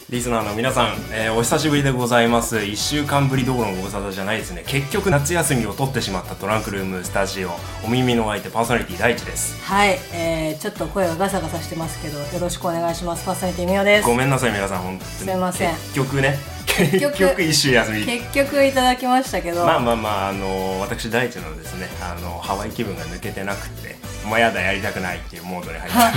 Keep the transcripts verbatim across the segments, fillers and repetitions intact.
リスナーの皆さん、えー、お久しぶりでございます。いっしゅうかんぶりどころのご無沙汰じゃないですね。結局夏休みを取ってしまったトランクルームスタジオ、お耳の相手パーソナリティ第一です。 はい、えー、ちょっと声がガサガサしてますけど、よろしくお願いします。パーソナリティみおです。 ごめんなさい皆さん、本当にすいません。 結局ね結局一週休み、 結局いただきましたけど、 まあまあまあ、あの私第一のですね、あのハワイ気分が抜けてなくて、もうやだやりたくないっていうモードに入って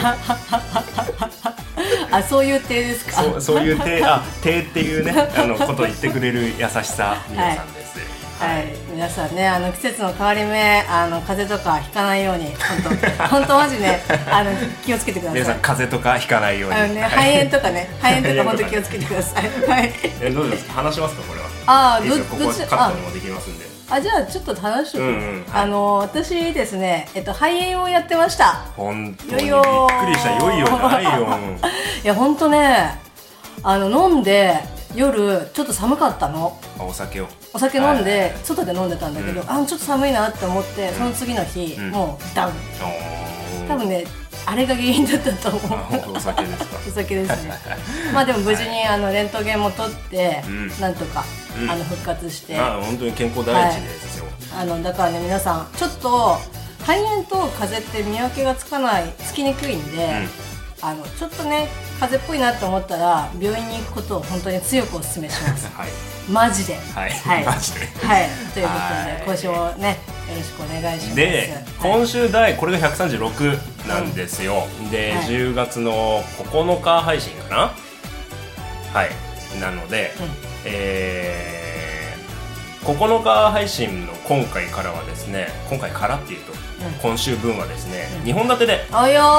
あ、そういう体ですか。 そう、そういう体、あ、体っていうね、あのことを言ってくれる優しさ皆さんです。 はい、はい、皆さんね、あの季節の変わり目、あの風邪とかひかないように、本当本当マジね、あの気をつけてください。 皆さん風邪とかひかないように。 あのね、肺炎とかね、肺炎とか本当気をつけてください。はい。 え、どうですか、話しますかこれは。 ああ、どここはカットにもできますんで。 あ、じゃあちょっと話しておく、 うんうん、 はい、あの私ですね、えっと肺炎をやってました。 本当にびっくりした。よいよじゃないよいや本当ね、あの飲んで夜ちょっと寒かったの。 お酒をお酒飲んで、はい、外で飲んでたんだけど、うん、あ、ちょっと寒いなって思って、うん、その次の日、うん、もうダウン。多分ね、あれが原因だったと思う。 お酒ですか。 お酒ですね。まあでも無事にあのレントゲンも取って、うん、なんとか、うん、あの復活して。 あ、本当に健康第一ですよ。 はい、あのだからね、皆さんちょっと肺炎と風邪って見分けがつかない、つきにくいんで、うん、あのちょっとね風邪っぽいなって思ったら病院に行くことを本当に強くお勧めします。はい、マジで。 はい。はい、マジで。 はい。ということで今週もね、よろしくお願いします。 で、はい、今週第これがひゃくさんじゅうろくなんですよ。うん、で、はい、じゅうがつのここのか配信かな。はい。なので、うん、えー、ここのか配信の今回からはですね、今回からっていうと、うん、今週分はですね、うん、にほん立てで。 あよー。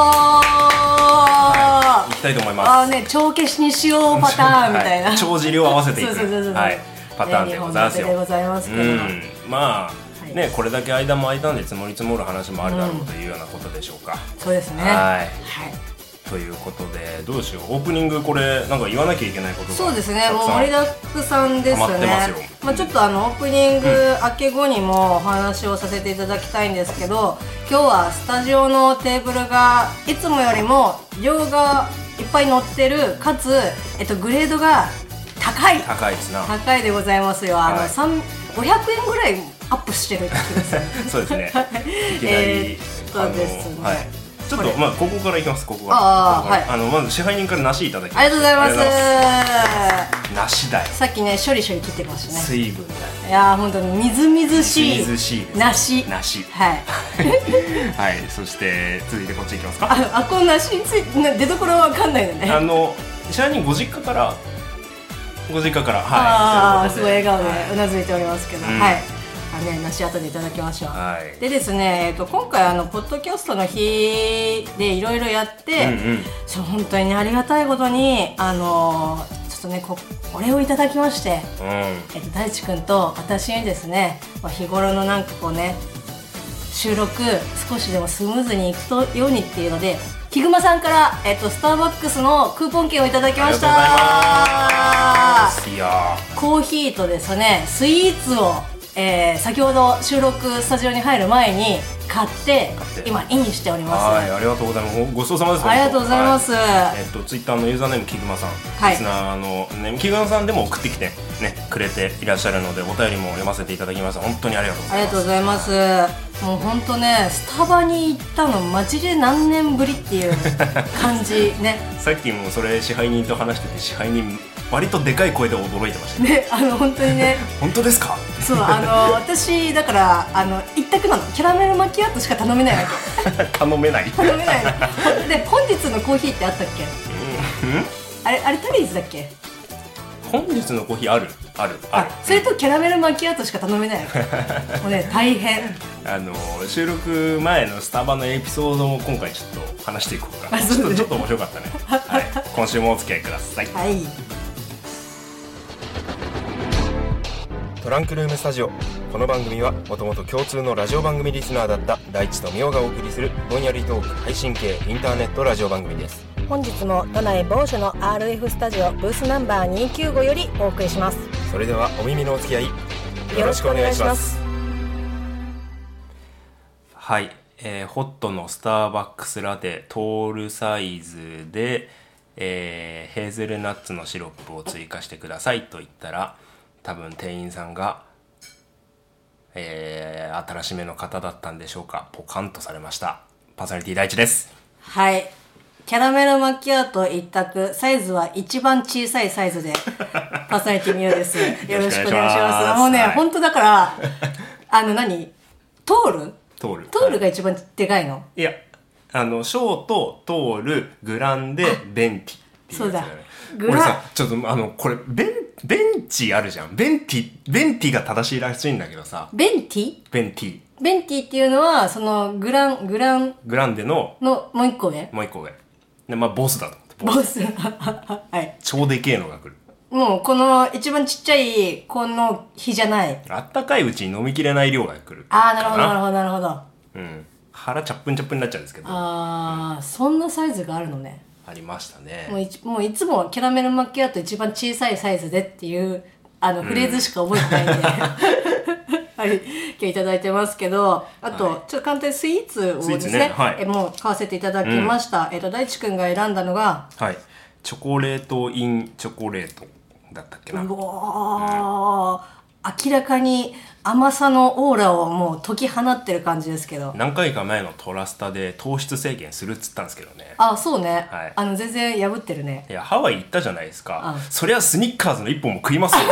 はい、いきたいと思います。 あね、帳消しにしようパターンみたいな。 帳尻を合わせていく、はい、パターンでございますよ。 でございますけど、うん、 まあ。ね、これだけ間も間なんで積もり積もる話もあるだろうというようなことでしょうか。 うん、そうですね。 はい、 はい、 ということで、どうしよう、オープニングこれなんか言わなきゃいけないことがそうですね、もう盛りだくさんですね。まあちょっとあのオープニング明け後にもお話をさせていただきたいんですけど、今日はスタジオのテーブルがいつもよりも量がいっぱい乗ってる、かつ、えっと、グレードが高い高いですな。 高いでございますよ。あの、はい、ごひゃくえんぐらいアップしてるって気ですね。 そうですね。いきなり、 えー、っとですね、 はい、ちょっとまあここからいきます。ここから。 あ、はい、 あのまず支配人から梨いただきました。 ありがとうございます。 梨だよ。 さっきね、処理処理切ってましたね。 水分だよ。 いやー、本当にみずみずしい。 みずみずしいです。 梨。 梨。 はい。 はい、そして続いてこっちいきますか。 あ、あ、この梨について出所はわかんないよね。 あの支配人ご実家から。ご実家から。はい。 ああ、すごい笑顔でうなずいておりますけど、はい。あね、梨後でいただきましょう。はい、でですね、えっと、今回あのポッドキャストの日でいろいろやって、うんうん、本当にありがたいことにあのー、ちょっとねこお礼をいただきまして、うん、えっと、大地君と私にですね、日頃のなんかこうね収録少しでもスムーズにいくとようにっていうので、ヒグマさんから、えっと、スターバックスのクーポン券をいただきました。 ありがとうございます。いやコーヒーとですね、スイーツをえー、先ほど収録スタジオに入る前に買って今インしております。 はい、ありがとうございます。ごちそうさまです。 ありがとうございます。はい、えっとツイッターのユーザーネームキグマさん、はい、リスナーのね、キグマさんでも送ってきてねくれていらっしゃるので、お便りも読ませていただきました。本当にありがとうございます。 ありがとうございます。もう本当ね、スタバに行ったのマジで何年ぶりっていう感じね。 さっきもそれ支配人と話してて、支配人割とでかい声で驚いてましたね。 ね、あの本当にね。 本当ですか？ そう、あの私だからあの一択なの、キャラメルマキアートしか頼めないわけ。頼めない。 頼めないの。で、本日のコーヒーってあったっけ？うん？あれあれタリーズだっけ？ 本日のコーヒーあるあるある。 あ、それとキャラメルマキアートしか頼めないわけ。もうね、大変。 あの収録前のスタバのエピソードも今回ちょっと話していこうか。ちょっとちょっと面白かったね。はい。今週もお付き合いください。 はい。 トランクルームスタジオ。この番組はもともと共通のラジオ番組リスナーだった大地とみおがお送りするぼんやりトーク配信系インターネットラジオ番組です。 本日も都内某所の アールエフ スタジオブースナンバーにひゃくきゅうじゅうごよりお送りします。 それではお耳のお付き合いよろしくお願いします。はい、えー、ホットのスターバックスラテトールサイズで、 えー、ヘーゼルナッツのシロップを追加してくださいと言ったら、多分店員さんが、えー、新しめの方だったんでしょうか、ポカンとされました。パーソナリティ第一です。 はい。キャラメルマキアート一択、サイズは一番小さいサイズで、パーソナリティミオです。よろしくお願いします。もうね、はい、本当だから、あの何トールトール。 トールが一番でかいの？ いや、あの、ショート、トール、グランデ、ベンティっていうやつだよね。そうだ。俺さ、ちょっとあの、これ、ベン、ベンチあるじゃん。ベンティ、ベンティが正しいらしいんだけどさ。 ベンティベンティ。 ベンティっていうのは、その、グラン、グラン。 グランデの。 の、もう一個上もう一個上。で、まあ、ボスだと思って。ボス。はい。 超でけえのが来る。 もう、この、一番ちっちゃい、この日じゃない。 あったかいうちに飲みきれない量が来る。 ああ、なるほど、なるほど、なるほど。 うん。腹チャップンチャップンになっちゃうんですけど。 ああ、うん、そんなサイズがあるのね。 ありましたね。 もういもういつもキャラメルマキアート一番小さいサイズでっていうあのフレーズしか覚えてないんで、うん、はい、今日いただいてますけど、あと、はい、ちょっと簡単にスイーツをですね、ね、はい、えもう買わせていただきました。うん、えっと大地くんが選んだのが、 はい、チョコレートインチョコレートだったっけな。 うわー、うん明らかに甘さのオーラをもう解き放ってる感じですけど、 何回か前のトラスタで糖質制限するっつったんですけどね。 あ、そうね、 はい、 あの全然破ってるね。 いやハワイ行ったじゃないですか。そりゃスニッカーズの一本も食いますよ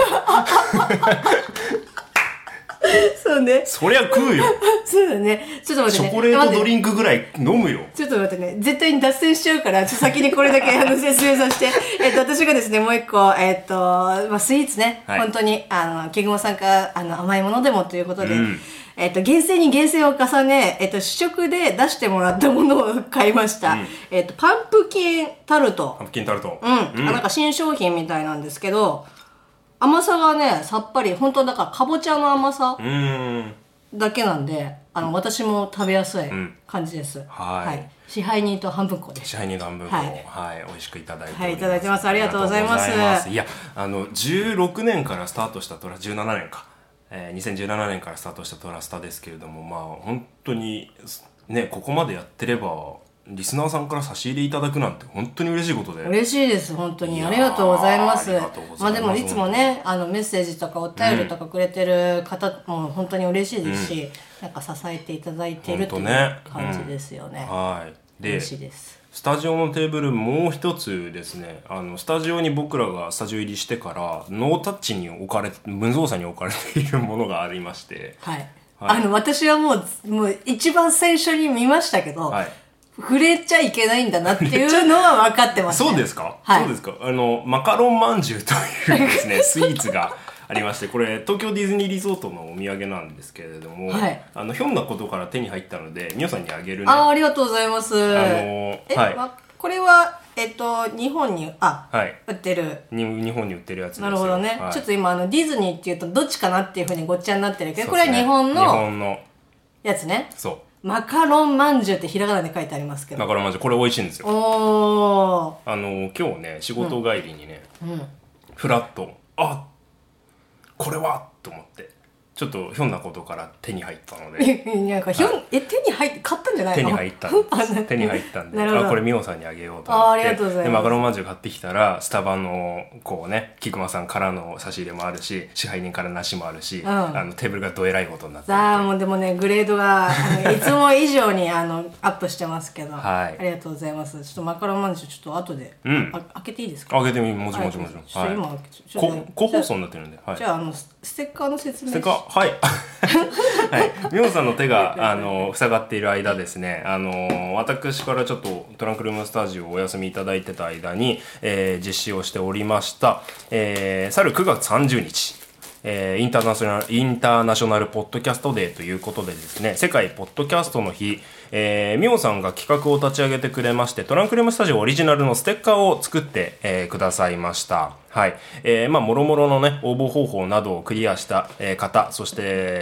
そうね。 そりゃ食うよ。 そうだね。ちょっと待ってね。 チョコレートドリンクぐらい飲むよ。 ちょっと待ってね。絶対に脱線しちゃうから、ちょっと先にこれだけあの説明させて。えっと、私がですね、もう一個、えっと、まあ、スイーツね。はい、本当に、あの、ケグモさんからあの甘いものでもということで、うん、えっと、厳選に厳選を重ね、えっと、試食で出してもらったものを買いました。うん、えっと、パンプキンタルト。 パンプキンタルト。 うん。うん、なんか新商品みたいなんですけど、甘さがね、さっぱり、本当だからかぼちゃの甘さだけなんで、あの私も食べやすい感じです。うん、はい、はい。支配人と半分こです。 支配人と半分こ、はい、はい、美味しくいただいております。 はい、いただいてます。ありがとうございます。 ますいや、あのじゅうろくねんからスタートしたトラ、じゅうななねんか、えー、にせんじゅうななねんからスタートしたトラスタですけれども、まあ本当にね、ここまでやってれば。リスナーさんから差し入れいただくなんて本当に嬉しいことで。 嬉しいです、本当に。ありがとうございます。まあでもいつもね、あのメッセージとかお便りとかくれてる方も本当に嬉しいですし、うん、なんか支えていただいているという感じですよね。 うん、はい。で、 嬉しいです。 スタジオのテーブルもう一つですね、あのスタジオに僕らがスタジオ入りしてからノータッチに置かれ無造作に置かれているものがありまして、 はい。はい、あの私はもうもう一番最初に見ましたけど。はい、触れちゃいけないんだなっていうのは分かってます、 ね、そうですか、はい、そうですか。あのマカロンまんじゅうというですねスイーツがありまして、これ東京ディズニーリゾートのお土産なんですけれども、はい、あのひょんなことから手に入ったのでみおさんにあげるね。 あ、ありがとうございます。あのー、 え、はい、ま、これはえっと日本にあ、はい、売ってるに日本に売ってるやつですよ。 なるほどね、はい、ちょっと今あのディズニーっていうとどっちかなっていうふうにごっちゃになってるけど、ね、これは日本の日本のやつね。 そう、 マカロンまんじゅうってひらがなで書いてありますけど。 マカロンまんじゅう、これ美味しいんですよ。 おー。 あの今日ね仕事帰りにね、うんうん、フラッとあこれはと思ってちょっとひょんなことから手に入ったのでなんかひょん、はい、え手に入って買ったんじゃないの？ 手に入ったんです手に入ったんであこれミオさんにあげようと思って。 あありがとうございます。 でマカロンまんじゅう買ってきたらスタバのこうね菊間さんからの差し入れもあるし支配人からなしもあるし、うん、あのテーブルがどえらいことになってる。 ああもうでもねグレードがあのいつも以上にあのアップしてますけど、はい、ありがとうございます。ちょっとマカロンまんじゅうちょっと後で、うん、あ開けていいですか？ 開けてみもちろんもちろんもちろん。 ちょっと今、はい、 こ個包装になってるんで、はい、 じゃああのステッカーの説明ステッカーはいはい、ミオさんの手があの塞がっている間ですね、あの私からちょっとトランクルームスタジオをお休みいただいてた間に、えー、実施をしておりました、えー、去るくがつさんじゅうにち、えー、インターナショナルインターナショナルポッドキャストデーということでですね、世界ポッドキャストの日、えー、ミオさんが企画を立ち上げてくれまして、トランクルームスタジオオリジナルのステッカーを作って、えー、くださいました。はい。えー、まあ、もろもろのね、応募方法などをクリアした、えー、方、そして、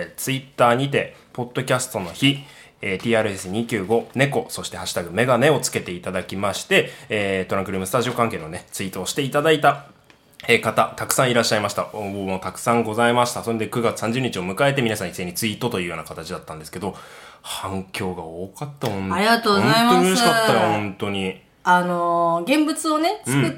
ツイッターにて、ポッドキャストの日、えー、ティーアールエスにひゃくきゅうじゅうご 猫、そしてハッシュタグメガネをつけていただきまして、えー、トランクルームスタジオ関係のね、ツイートをしていただいた、えー、方、たくさんいらっしゃいました。応募もたくさんございました。それでくがつさんじゅうにちを迎えて皆さん一斉にツイートというような形だったんですけど、反響が多かったもんね。 ありがとうございます。 本当に嬉しかったよ、本当に。 あのー、現物をね作って、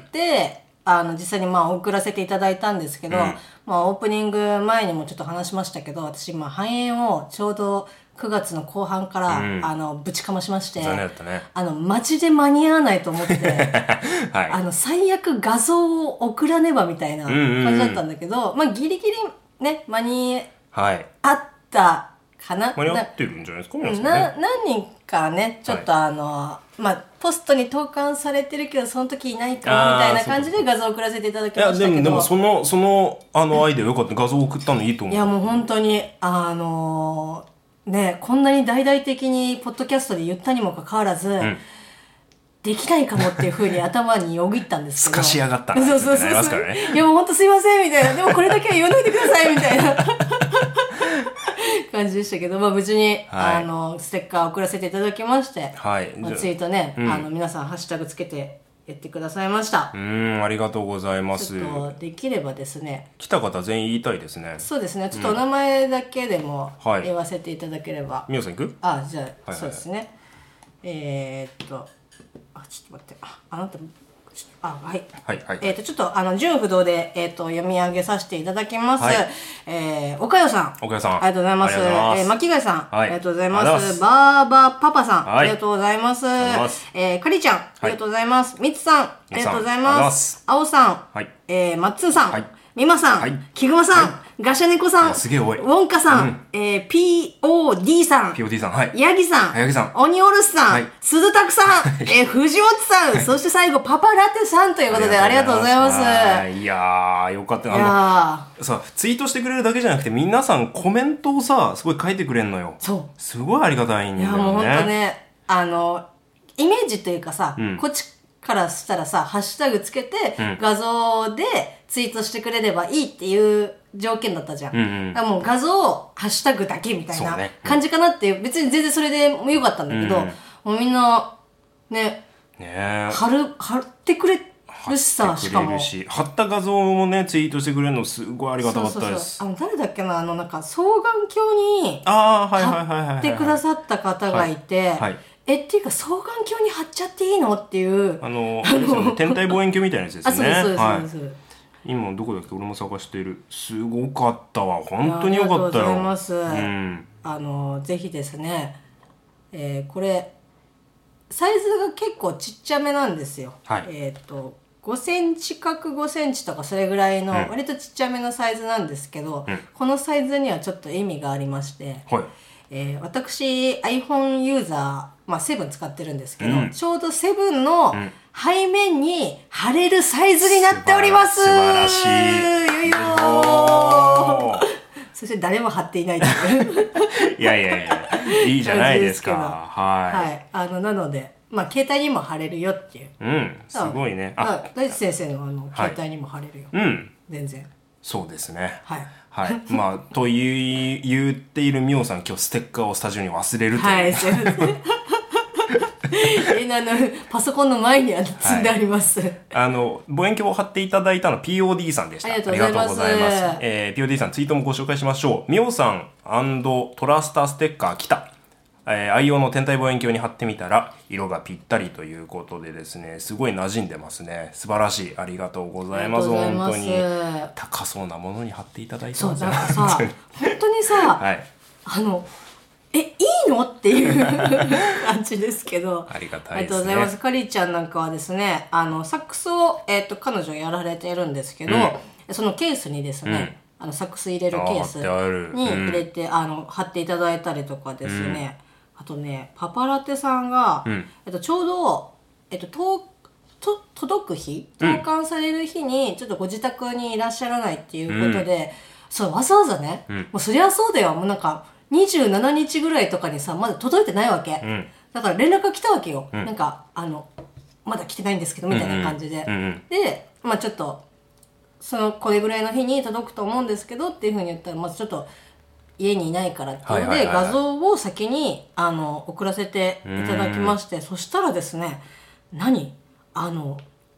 うん、あの実際にまあ送らせていただいたんですけど、うん、まあ、オープニング前にもちょっと話しましたけど、私今肺炎をちょうどくがつの後半から、うん、あのぶちかましまして、 残念だったね、 あのマジで間に合わないと思って、はい、あの最悪画像を送らねばみたいな感じだったんだけど、うんうんうん、まあギリギリね間に合ったかな、 間に合ってるんじゃないですか、皆さんね。 な何人かねちょっとあの、はい、まあポストに投函されてるけどその時いないかもみたいな感じで画像を送らせていただきましたけど、 いやでもでもそのそのあのアイデアよかった、画像を送ったのいいと思う。 いやもう本当にあのーね、こんなに大々的にポッドキャストで言ったにもかかわらず、うん、できないかもっていうふうに頭によぎったんですけど、 すかしやがったなってなりますからね。 いやもう本当すいませんみたいな、でもこれだけは言わないでくださいみたいな感じでしたけど、まあ、無事に、はい、あのステッカー送らせていただきまして、はい、まあ、ツイートね、うん、あの皆さんハッシュタグつけてやってくださいました。 うーん、ありがとうございます。 ちょっとできればですね、 来た方全員言いたいですね。 そうですね、ちょっとお名前だけでも言わせていただければ。 みおさん行く？ あ、じゃあ、はいはい、そうですね。えー、っとあ、ちょっと待って、あ、あなたあ、はい、 はいはい、 えー、とちょっとあの順不動で、えー、と読み上げさせていただきます。はい、えー、岡代さん、 岡代さん、 ありがとうございます。えー、巻貝さん、はい、ありがとうございます。バーバパパさん、はい、ありがとうございます。えー、かりちゃん、ありがとうございます。みつさん、ありがとうございます。あおさん、はい、えー、まっつーさん、はい、みまさん、はい、きぐまさん、はい、ガシャネコさん、 すげえ多い、 ウォンカさん、うん、えー、ピーオーディー さん、 ピーオーディー さん、はい、 ヤギさん、 ヤギさん、 鬼おろしさん、はい、鈴拓さん、えー、藤本さん、そして最後パパラテさんということでありがとうございます。 いやーよかった。あのさ、ツイートしてくれるだけじゃなくて皆さんコメントをさすごい書いてくれるのよ。そう、すごいありがたいんだよね。いやもうほんとね、あのイメージというかさ、うん、こっちからしたらさ、ハッシュタグつけて、うん、画像でツイートしてくれればいいっていう条件だったじゃん。うんうん、だからもう画像、ハッシュタグだけみたいな感じかなっていう、別に全然それでもよかったんだけど、うんうん、もうみんな、ね、ね貼る、貼ってくれるしさ、しかも。 貼った画像もね、ツイートしてくれるのすごいありがたかったです。 そうそうそう、あの、誰だっけな、あの、なんか、双眼鏡に貼ってくださった方がいて、え、っていうか双眼鏡に貼っちゃっていいのっていう。 あの、あの天体望遠鏡みたいなやつですね。 あ、そうです、そうです、そうです。 今どこだっけ、俺も探している。すごかったわ、本当によかったよ。 ありがとうございます。うん、あのぜひですね、えー、これサイズが結構ちっちゃめなんですよ。はい、えっとごセンチ角ごセンチとかそれぐらいの割とちっちゃめのサイズなんですけど、うん、このサイズにはちょっと意味がありまして、はい、えー、私 iPhone ユーザー、まあ、セブン使ってるんですけど、うん、ちょうどセブンの背面に貼れるサイズになっております。 素晴らしい。 よよそして誰も貼っていないといういやいやいや、いいじゃないですか。はい、 はい、あのなので、まあ、携帯にも貼れるよっていう。 うん、すごいね。 あ、大地先生のあの、はい、携帯にも貼れるよ。うん、全然。 そうですね。はい。はい。まあ、という言っているみおさん、今日ステッカーをスタジオに忘れるという。はい、すいません。えあのパソコンの前に積んであります、はい、 あの望遠鏡を貼っていただいたの ピーオーディー さんでした。ありがとうございます。えー、ピーオーディー さんツイートもご紹介しましょう。みおさん&トラスターステッカー来た、えー、愛用の天体望遠鏡に貼ってみたら色がぴったりということでですね、すごい馴染んでますね。素晴らしい。ありがとうございます。本当に高そうなものに貼っていただいてます。 そうだからさ本当にさ、はい、あのえ、いいのっていう感じですけど。 ありがたいですね。 ありがとうございます。かりちゃんなんかはですね、あの、サックスを、えっと、彼女やられているんですけど、うん、そのケースにですね、うん、あの、サックス入れるケースに入れて、あの、貼っていただいたりとかですね、うん、あとね、パパラテさんが、うん、えっと、ちょうど、えっと、とと届く日、投函される日に、ちょっとご自宅にいらっしゃらないっていうことで、うん、そう、わざわざね、うん、もうそりゃそうだよ、もうなんか、にじゅうしちにちぐらいとかにさ、まだ届いてないわけ。うん、だから連絡が来たわけよ。うん、なんか、あの、まだ来てないんですけど、みたいな感じで。うんうん、で、まあちょっと、その、これぐらいの日に届くと思うんですけどっていうふうに言ったら、まずちょっと、家にいないからっていうので、画像を先に、あの、送らせていただきまして、そしたらですね、何あの、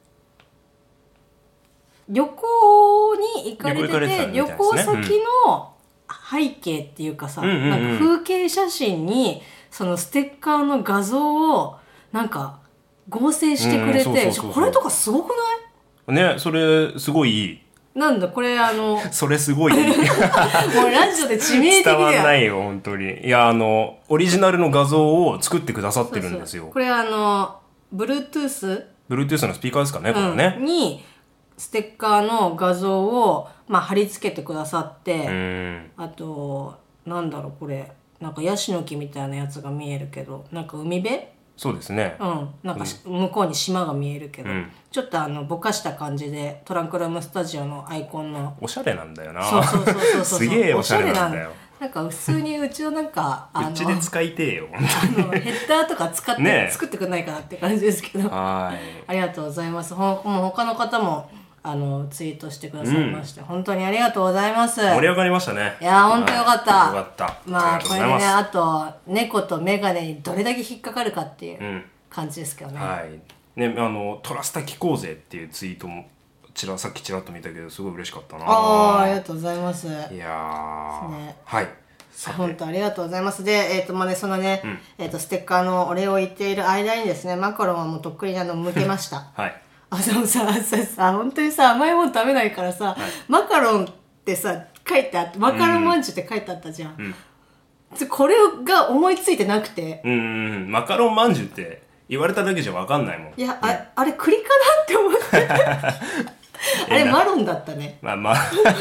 旅行に行かれてて、旅行先の、背景っていうかさ、うんうんうん、なんか風景写真にそのステッカーの画像をなんか合成してくれて、これとかすごくない？ね、それすごいいい。 なんだこれあのそれすごいいい。もうラジオで致命的だよ。 伝わんないよ本当に。いやあのオリジナルの画像を作ってくださってるんですよ。 そうそう、これあの Bluetooth Bluetooth のスピーカーですかね、これね、 うん、にステッカーの画像を、まあ、貼り付けてくださって、 うん、 あとなんだろうこれなんかヤシの木みたいなやつが見えるけど、なんか海辺、 そうですね、 うん、なんか、うん、向こうに島が見えるけど、うん、ちょっとあのぼかした感じでトランクルームスタジオのアイコンのおしゃれなんだよな。 そうそうそうそうそうすげえおしゃれなんだよ。 なんか普通にうちのなんかあのうちで使いてえよあのヘッダーとか使って、ね、作ってくんないかなって感じですけど、 はいありがとうございます。ほもう他の方もあのツイートしてくださいまして、うん、本当にありがとうございます。 盛り上がりましたね。 いや本当よかった、 はい、よかった。 まあこれでね、あと猫とメガネにどれだけ引っかかるかっていう感じですけどね、 うん、はいね、あのトラスタ聞こうぜっていうツイートもちらさっきちらっと見たけどすごい嬉しかったな。 あありがとうございます。いやー、ね、はい本当ありがとうございます。で、えっ、ー、とまあねそのね、うん、えっ、ー、とステッカーのお礼を言っている間にですね、マカロンはもうとっくにあの剥けました。 はい。 あでもさささ本当にさ甘いもの食べないからさ、はい、マカロンってさ書いてあってマカロンまんじゅうって書いてあったじゃん。うんうん、これが思いついてなくて。 うんうん、マカロンまんじゅうって言われただけじゃ分かんないもん。 いや、うん、あ, あれ栗かなって思って。あれマロンだったね。 まあまあ。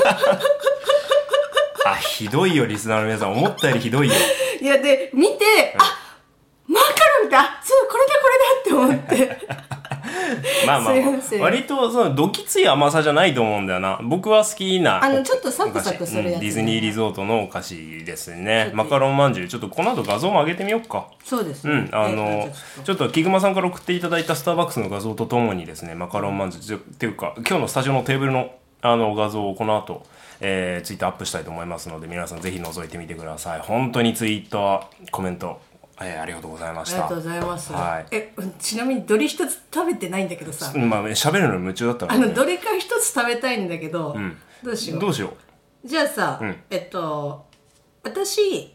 あ、ひどいよリスナーの皆さん、思ったよりひどいよ。 いやで見て、うん、あマカロンってあそうこれだこれだって思って。 まあまあ割とそのどきつい甘さじゃないと思うんだよな。僕は好きなあのちょっとサクサクするやつ、ね、 うん、ディズニーリゾートのお菓子ですね。マカロンまんじゅうちょっとこの後画像も上げてみようか。 そうですね、うん、あのちょっとキグマさんから送っていただいたスターバックスの画像とともにですね、マカロンまんじゅうっていうか今日のスタジオのテーブルのあの画像をこの後、えー、ツイートアップしたいと思いますので、皆さんぜひ覗いてみてください。本当にツイートコメント、えー、ありがとうございました。 ありがとうございます、 はい、 えちなみにどれ一つ食べてないんだけどさ、 まあ喋るのに夢中だったの、ね、あのどれか一つ食べたいんだけど、うん、どうしようどうしよう。じゃあさ、うん、えっと私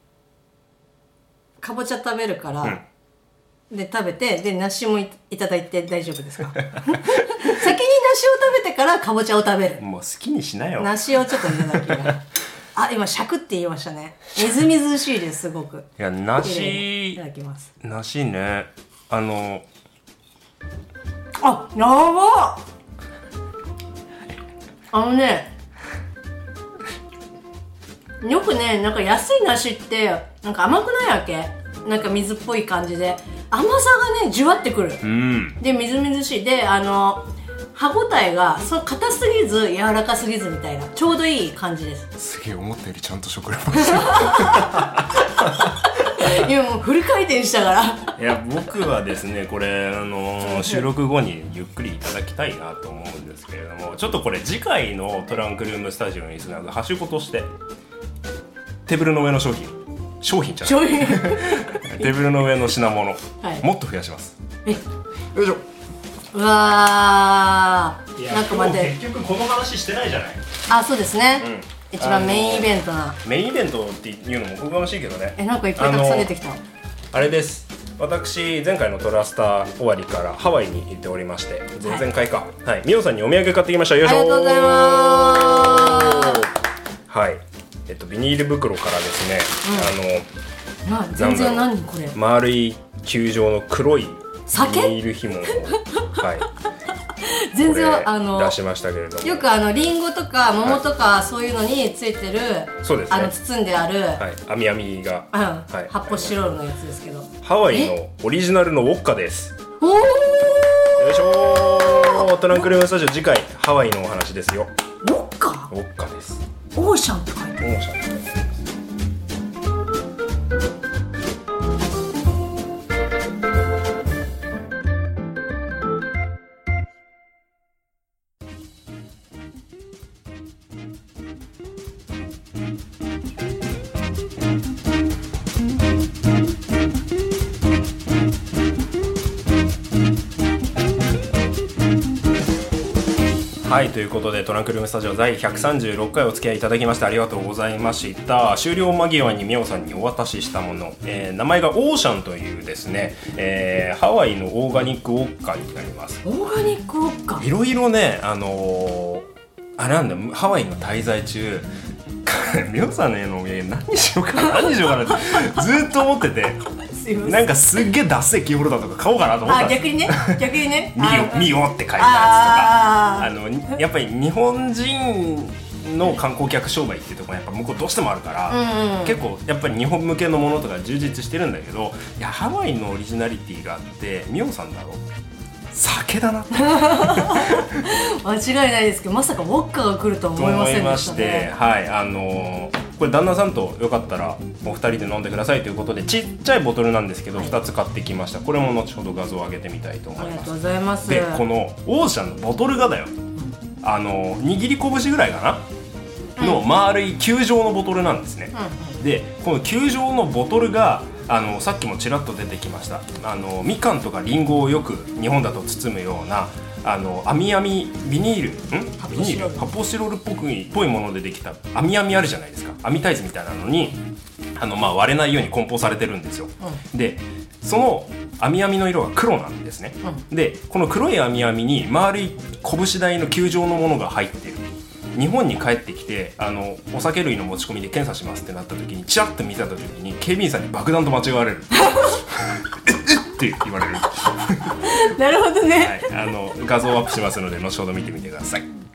かぼちゃ食べるから、うん、で食べてで梨も い, いただいて大丈夫ですか？先に梨を食べてからかぼちゃを食べる。 もう好きにしなよ。 梨をちょっといただきます。あ、今シャクって言いましたね。みずみずしいですすごく。 いや梨いただきます。 梨ね、あのあ、やばっ。あのね、よくねなんか安い梨ってなんか甘くないわけ。なんか水っぽい感じで甘さがねじゅわってくる。うん、でみずみずしいであの。歯ごたえがそう硬すぎず柔らかすぎずみたいなちょうどいい感じです。 すげえ思ったよりちゃんと食レポ今もうフル回転したからいや僕はですねこれ、あのー、収録後にゆっくりいただきたいなと思うんですけれども、ちょっとこれ次回のトランクルームスタジオにつなぐはしごとしてテーブルの上の商品商品じゃないテーブルの上の品物、はい、もっと増やします。えよいしょ。 うわー、なんか待って、 結局この話してないじゃない。 あ、そうですね、うん、一番メインイベントなメインイベントっていうのもおこがましいけどね。 え、なんかいっぱいたくさん出てきた。 あ, あれです、私前回のトラスター終わりからハワイに行っておりまして、前々回か、はい、はい、ミオさんにお土産買ってきました。よいしょ。 ありがとうございます。 はい、えっとビニール袋からですね、 うん、あの、まあ、全然何これ丸い球状の黒い酒ビニール紐をはい全然あの出しましたけれども、 よくあのリンゴとか桃とか、はい、そういうのについてる、 そうですね、 あの包んである、はい、 網網が、 うん、はい、発泡スチロールのやつですけど、 ハワイのオリジナルのウォッカです。 おー、 よいしょー。トランクルームスタジオ次回ハワイのお話ですよ。 ウォッカ？ ウォッカです。 オーシャンって書いてある。 オーシャンはい、ということでトランクルームスタジオ第ひゃくさんじゅうろっかいお付き合いいただきましてありがとうございました。終了間際にみおさんにお渡ししたもの、えー、名前がオーシャンというですね、えー、ハワイのオーガニックウォッカになります。 オーガニックウォッカ、 いろいろね、あのー、あれなんだよ、ハワイの滞在中みおさんの絵の絵何しようかな何しようかなってずっと思っててなんかすっげえダッセーキーホルダーとか買おうかなと思ったんですよ。 あ、逆にね逆にねミオミオって書いたやつとか、あのやっぱり日本人の観光客商売っていうところがやっぱ向こうどうしてもあるから、うんうん、結構やっぱり日本向けのものとか充実してるんだけど、いやハワイのオリジナリティがあってミオさんだろ酒だなって間違いないですけど、まさかウォッカが来るとは思いませんでしたね。と思いまして、 はい、あのー、これ旦那さんとよかったらお二人で飲んでくださいということでちっちゃいボトルなんですけど、はい、ふたつ買ってきました。これも後ほど画像を上げてみたいと思います。 ありがとうございます。 でこのオーシャンのボトルがだよ、あのー、握り拳ぐらいかなの丸い球状のボトルなんですね、うん、でこの球状のボトルがあのさっきもちらっと出てきました、あのみかんとかりんごをよく日本だと包むようなあの網網ビニールんビニール発泡スチロールっぽくっぽいものでできた網網あるじゃないですか。網タイツみたいなのにあの、まあ、割れないように梱包されてるんですよ、うん、でその網網の色が黒なんですね、うん、でこの黒い網網に丸い拳大の球状のものが入ってる。日本に帰ってきてあのお酒類の持ち込みで検査しますってなった時にチラッと見せた時に警備員さんに爆弾と間違われるえっって言われるなるほどね、 はい、あの画像をアップしますので後ほど見てみてください。